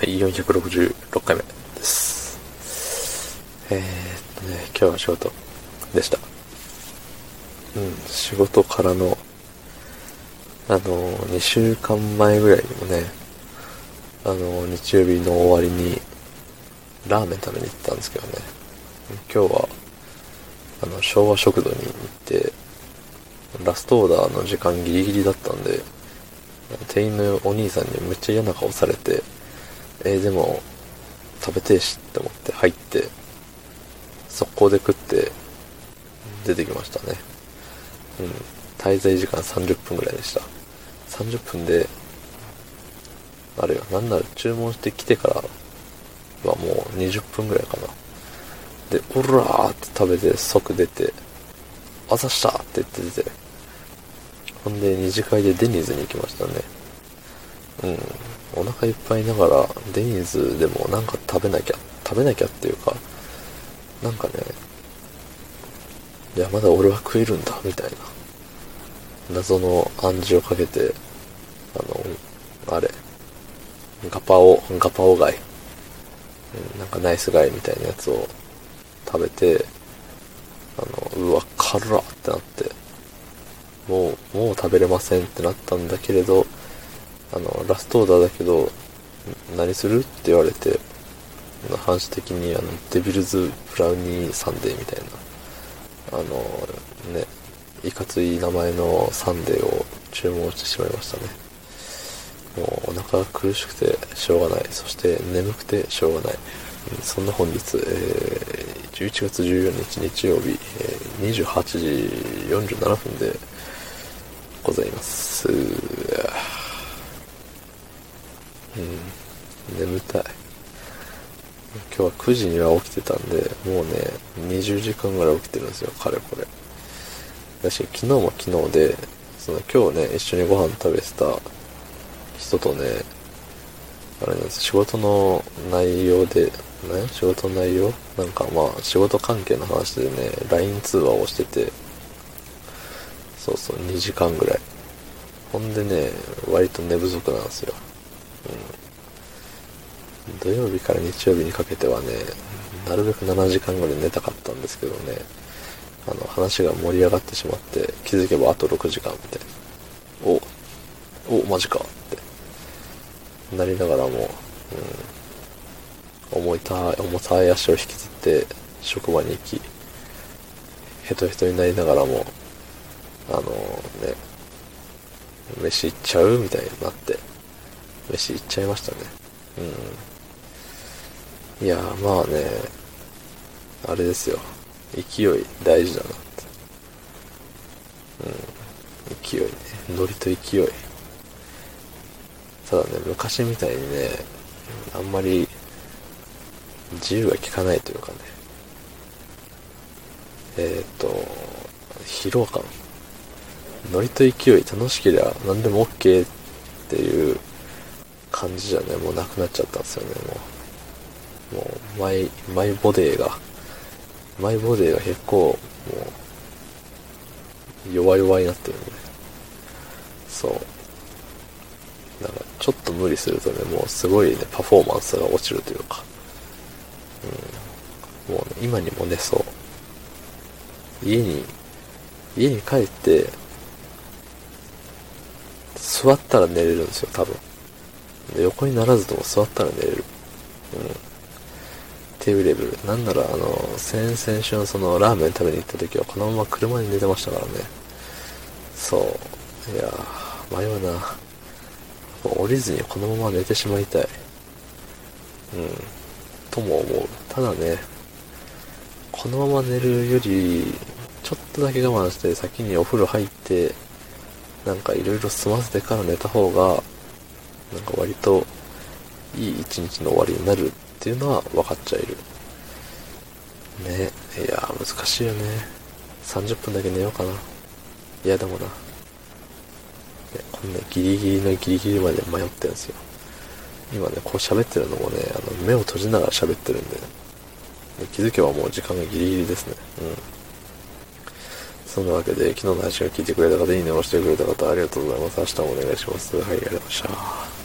い、466回目です。今日は仕事でした。仕事からの、2週間前ぐらいにもね、日曜日の終わりに、ラーメン食べに行ったんですけどね。今日は、昭和食堂に行って、ラストオーダーの時間ギリギリだったんで、店員のお兄さんにめっちゃ嫌な顔されて、でも、食べてえしって思って入って、速攻で食って、出てきましたね。滞在時間30分ぐらいでした。30分で、あれよ、なんなら注文してきてからはもう20分ぐらいかな。で、オラーって食べて即出て、あざしたって言って出て、ほんで二次会でデニーズに行きましたね。お腹いっぱいながらデニーズでもなんか食べなきゃっていうか、なんかね、いやまだ俺は食えるんだみたいな謎の暗示をかけて、ガパオ貝、なんかナイス貝みたいなやつを食べて、うわ辛っってなって、もう食べれませんってなったんだけれど、ラストオーダーだけど何するって言われて、反射的にデビルズブラウニーサンデーみたいな、いかつい名前のサンデーを注文してしまいましたね。もうお腹が苦しくてしょうがない、そして眠くてしょうがない、そんな本日、11月14日日曜日、28時47分でございます。眠たい。今日は9時には起きてたんで、もうね、20時間ぐらい起きてるんですよ、かれこれ。だし、昨日も昨日で、今日ね、一緒にご飯食べてた人とね、あれなんです、仕事の内容なんか仕事関係の話でね、LINE 通話をしてて、2時間ぐらい。ほんでね、割と寝不足なんですよ。土曜日から日曜日にかけてはね、なるべく7時間ぐらい寝たかったんですけどね、話が盛り上がってしまって、気づけばあと6時間みたいな。マジかってなりながらも、重たい足を引きずって職場に行き、ヘトヘトになりながらも、飯行っちゃうみたいになって、飯行っちゃいましたね。いやまあね、あれですよ、勢い大事だなって。勢いね、ノリと勢い。ただね、昔みたいにね、あんまり自由が利かないというかね、疲労感、ノリと勢い、楽しければ何でも OK っていう感じじゃね、もうなくなっちゃったんですよね。もうマイボデーが結構もう弱々になってるんで、そうだからちょっと無理するとね、もうすごいね、パフォーマンスが落ちるというか、もうね、今にも寝そう。家に帰って座ったら寝れるんですよ、多分。で、横にならずとも座ったら寝れる。っていうレベル。なんなら先々週のそのラーメン食べに行った時はこのまま車に寝てましたからね。そう。いやー、迷うな。降りずにこのまま寝てしまいたい。とも思う。ただね、このまま寝るより、ちょっとだけ我慢して先にお風呂入って、なんかいろいろ済ませてから寝た方が、なんか割といい一日の終わりになるっていうのは分かっちゃいる。ね。いやー、難しいよね。30分だけ寝ようかな。いや、でもな。こんなギリギリのギリギリまで迷ってるんですよ。今ね、こう喋ってるのもね、目を閉じながら喋ってるんで、気づけばもう時間がギリギリですね。そんなわけで、昨日の配信を聞いてくれた方、いいねを押してくれた方、ありがとうございます。明日もお願いします。はい、ありがとうございました。